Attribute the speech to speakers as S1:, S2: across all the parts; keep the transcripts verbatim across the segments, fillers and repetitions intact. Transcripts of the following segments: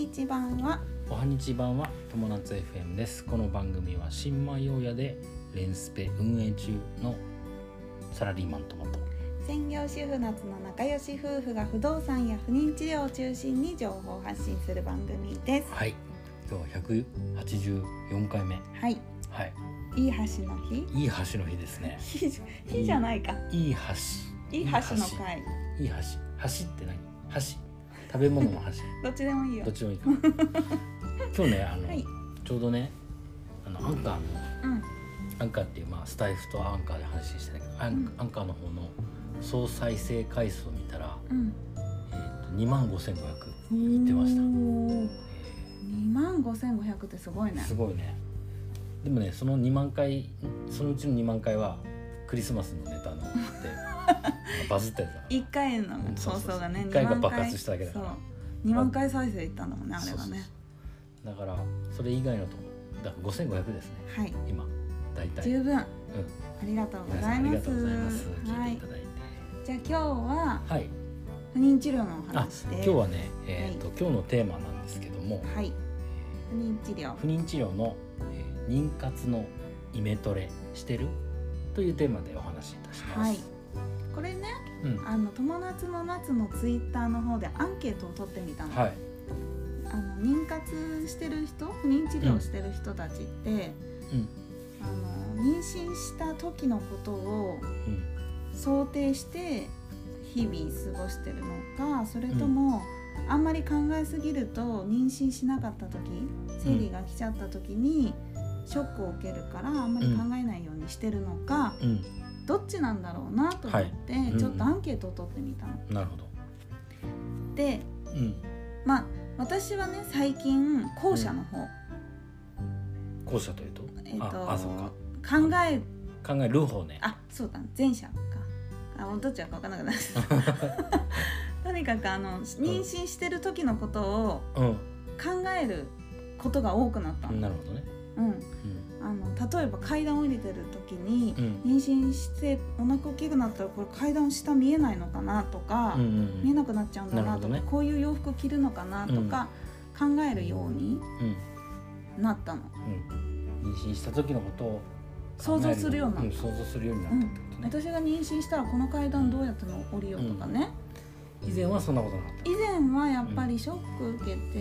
S1: にち版は
S2: おはにち版は友達 エフエム です。この番組は新米大家でレンスペ運営中のサラリーマン友と
S1: 専業主婦夏の仲良し夫婦が不動産や不妊治療を中心に情報を発信する番組です。
S2: はい、今日はひゃくはちじゅうよんかいめ。
S1: はい
S2: はい、
S1: いい橋の日
S2: いい橋の日ですね。
S1: 日じゃないか
S2: いい橋
S1: いい橋の会
S2: いい橋橋って何？橋食べ物の橋
S1: どっちでもいいよ。
S2: どっちでもいいか今日ねあの、はい、ちょうどねあのアンカーの、うん、アンカーっていう、まあ、スタイフとアンカーで話してたけど、うん、アンカーの方の総再生回数を見たら、うん、えー、とにまんごせんごひゃくいってました。えー、
S1: にまんごせんごひゃくってすごいね。
S2: すごいね。でもねそのにまんかいそのうちのにまんかいはクリスマスのネタのでバズったやつだ。
S1: いっかいの放送がね、
S2: いっかいが爆発しただけだから。
S1: にまんかい再生いったんだもんね、あれはね。そうそう
S2: そう、だからそれ以外のとこだからごせんごひゃくですね。はい。今だいたい
S1: 十分。うん。ありがとうございます。ありがとうございます。
S2: 聞いていただいて。
S1: じゃあ今日は、はい、不妊治療のお話で。
S2: 今日はね、えーとはい、今日のテーマなんですけども、はい、
S1: 不妊治療。
S2: 不妊治療の、えー、妊活のイメトレしてるというテーマでお話しいたします。はい。
S1: これね、うん、あの友達の夏のツイッターの方でアンケートを取ってみたの。はい、あの妊活してる人、不妊治療してる人たちって、うん、あの妊娠した時のことを想定して日々過ごしてるのか、それとも、うん、あんまり考えすぎると妊娠しなかった時、生理が来ちゃった時にショックを受けるからあんまり考えないようにしてるのか、うんうんどっちなんだろうなと思って、はいうん、ちょっとアンケートを取ってみたの。
S2: なるほど。
S1: で、うん、まあ私はね最近後者の方、うん、
S2: 後者というと、
S1: えーと、
S2: ああそうか
S1: 考え
S2: 考える方ね。
S1: あそうだ前者かあどっちか分からなくなるとにかくあの妊娠してる時のことを考えることが多くなったの、
S2: うん、なるほどね。
S1: うん、うんあの例えば階段降りてる時に、うん、妊娠してお腹大きくなったらこれ階段下見えないのかなとか、うんうんうん、見えなくなっちゃうんだなとか、ね、こういう洋服着るのかなとか、うん、考えるようになったの、
S2: うん、妊娠した時のことを
S1: 想像するような、
S2: うん、想像するようになったってことね、
S1: うん、私が妊娠したらこの階段どうやって降りようとかね、
S2: うん、以前はそんなことなかった。
S1: 以前はやっぱりショック受けて、うん、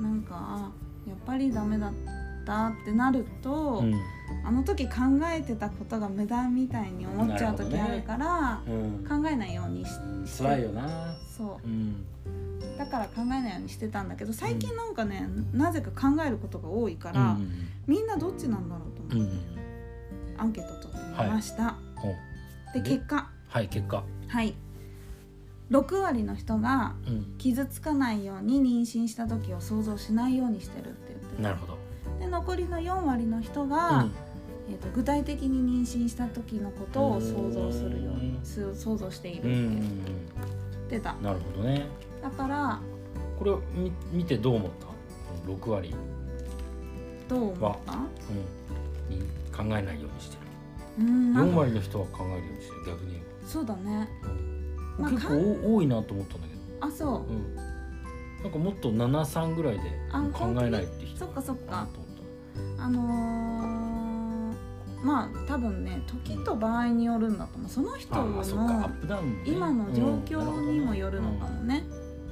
S1: なんかやっぱりダメだったってなると、うん、あの時考えてたことが無駄みたいに思っちゃう時あるから、ねうん、考えないようにして
S2: 辛いよな
S1: そう、うん、だから考えないようにしてたんだけど最近なんかね、うん、なぜか考えることが多いから、うん、みんなどっちなんだろうと思って、うん、アンケート取ってみました、はい、で結果
S2: はい結果
S1: はいろくわりの人が傷つかないように妊娠した時を想像しないようにしてるって言ってる。
S2: なるほど。
S1: で残りのよんわりの人が、うんえー、と具体的に妊娠した時のことを想像するように想像しているって言ってた。
S2: なるほどね。
S1: だから
S2: これを 見, 見てどう思ったろくわり
S1: どう思った、うん、
S2: に考えないようにしてる。うんよんわりの人は考えるようにしてる逆に。
S1: そうだね、
S2: うんまあ、結構多いなと思ったんだけど。
S1: あそう、うん、
S2: なんかもっとななさんぐらいで考えないって人
S1: そっかそっかあのー、まあ多分ね時と場合によるんだと思う。その人の今の状況にもよるのかもね。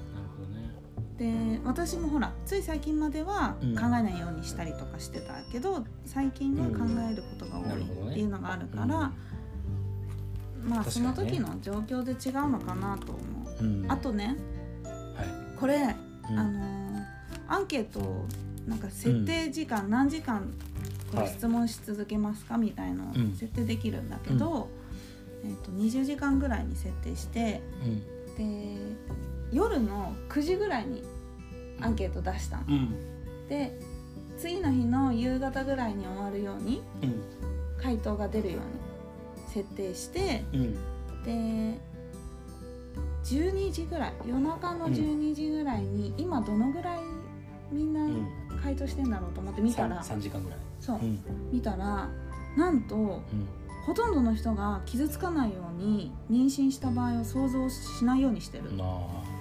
S1: で私もほらつい最近までは考えないようにしたりとかしてたけど、うん、最近は考えることが多いっていうのがあるから、うんうん、まあその時の状況で違うのかなと思う、うん、あとね、はい、これ、うん、あのー、アンケートなんか設定時間、うん、何時間これ質問し続けますか、はい、みたいのを設定できるんだけど、うんえー、とにじゅうじかんぐらいに設定して、うん、で夜のくじぐらいにアンケート出したの、うん、で次の日の夕方ぐらいに終わるように、うん、回答が出るように設定して、うん、でじゅうにじぐらい夜中のじゅうにじぐらいに、うん、今どのぐらいみんな回答してんだろうと思って見たら
S2: 3, さんじかんぐらい
S1: そう、うん、見たらなんと、うん、ほとんどの人が傷つかないように妊娠した場合を想像しないようにしてる。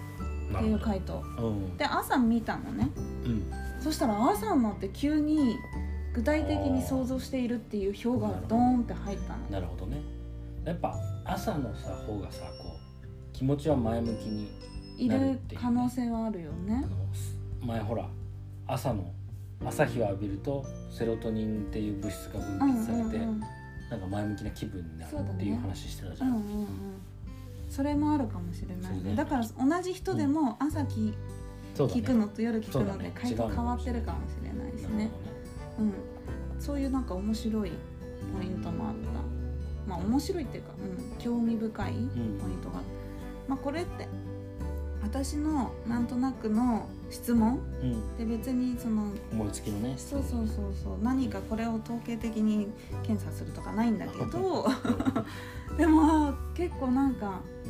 S1: っていう回答、うん、で朝見たのね、うん、そしたら朝になって急に具体的に想像しているっていう表がドーンって入ったの。
S2: なるほどね。やっぱ朝のさ方がさこう気持ちは前向きになるっていう、ね、いる
S1: 可能性はあるよね。
S2: あの前ほら朝の朝日を浴びるとセロトニンっていう物質が分泌されて、うんうんうん、なんか前向きな気分になるっていう話してたじゃん。
S1: そうだね。うんうんうん、それもあるかもしれないね。だから同じ人でも朝き、うん、聞くのと夜聞くので回答変わってるかもしれないですね。うん、そういうなんか面白いポイントもあった。まあ面白いっていうか、うん、興味深いポイントがあった。まあこれって私のなんとなくの質問、うん、で別にその
S2: 思いつきのね、
S1: そうそうそうそう何かこれを統計的に検査するとかないんだけどでも結構なんか、うん、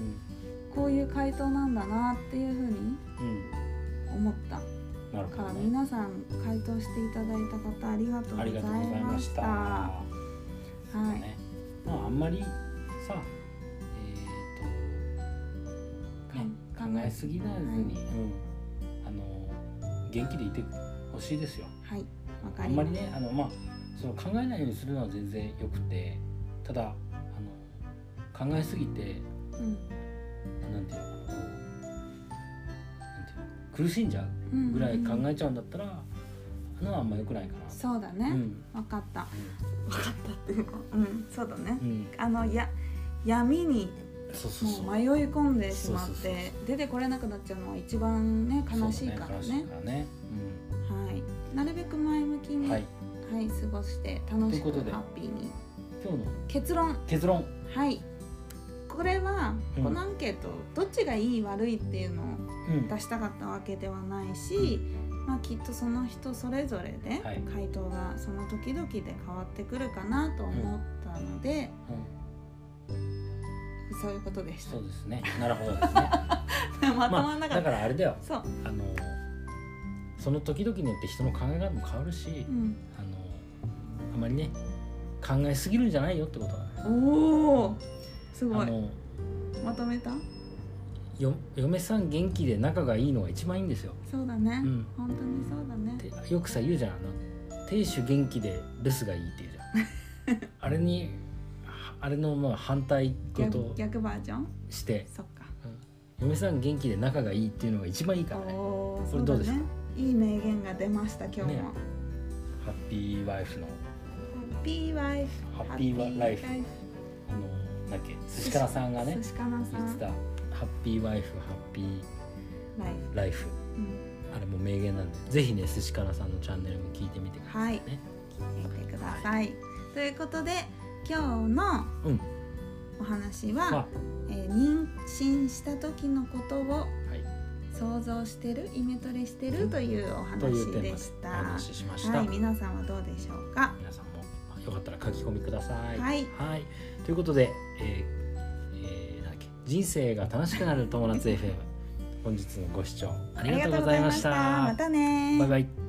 S1: こういう回答なんだなっていうふうに思った。だから皆さん回答していただいた方ありがとうございました。はい。
S2: ね、まああんまりさ、えーとね、考えすぎないずに、はい、うん、あの元気でいてほしいですよ。
S1: はい。わかります。
S2: あんまりね、あのまあその考えないようにするのは全然よくて、ただあの考えすぎて、うん、なんていうの。苦しんじゃうぐらい考えちゃうんだったら、うんうんうん、あのはあんま良くないかな。
S1: そうだね、うん、分かった、うん、分かったっていうか、うん、そうだね、うん、あのや闇にもう迷い込んでしまって出てこれなくなっちゃうのは一番ね悲しいからね。悲しいからね、うん、はい、なるべく前向きに、はいはい、過ごして楽しくハッピーに。
S2: 今日の
S1: 結論
S2: 結論
S1: はい、これは、うん、このアンケートどっちがいい悪いっていうのを出したかったわけではないし、うん、まあ、きっとその人それぞれで回答がその時々で変わってくるかなと思ったので、うんうん、そういうことでした。
S2: そうですね、なるほどですね
S1: まとまんなかった、まあ、
S2: だからあれだよ、そうあのその時々によって人の考え方も変わるし、うん、あのあまりね考えすぎるんじゃないよってことだね。
S1: おーすごい。あのまとめた？
S2: よ嫁さん元気で仲がいいのが一番いいんですよ。
S1: そうだね、うん、本当にそうだね。
S2: よくさ言うじゃん、あの亭主元気で留守がいいって言うじゃんあれにあれのまあ反対ことを
S1: 逆バージョン
S2: して、
S1: そっか、
S2: うん、嫁さん元気で仲がいいっていうのが一番いいからね。
S1: おこれどうですか？ね、いい名言が出ました今日も、ね、
S2: ハッピーワイフのハ
S1: ッピーワイフ
S2: ハッピーライフ、あのなんだっけ寿司かなさんがね
S1: 寿司かなさん
S2: 言ってたハッピーワイフハッピーライフ、ライフ、うん、あれも名言なんでぜひね寿司かなさんのチャンネルも聞いてみてくださいね。はい、
S1: 聞いてください、はい、ということで今日のお話は、うんえー、妊娠した時のことを想像してる、イメトレしてるというお話でした。
S2: お話ししました。
S1: はい、皆さんはどうでしょうか。
S2: 皆さんもよかったら書き込みください。
S1: はい。
S2: はい、ということで、えーえー、なんだっけ、人生が楽しくなる友達エフエム本日のご視聴ありがとうございました。
S1: またね。
S2: バイバイ。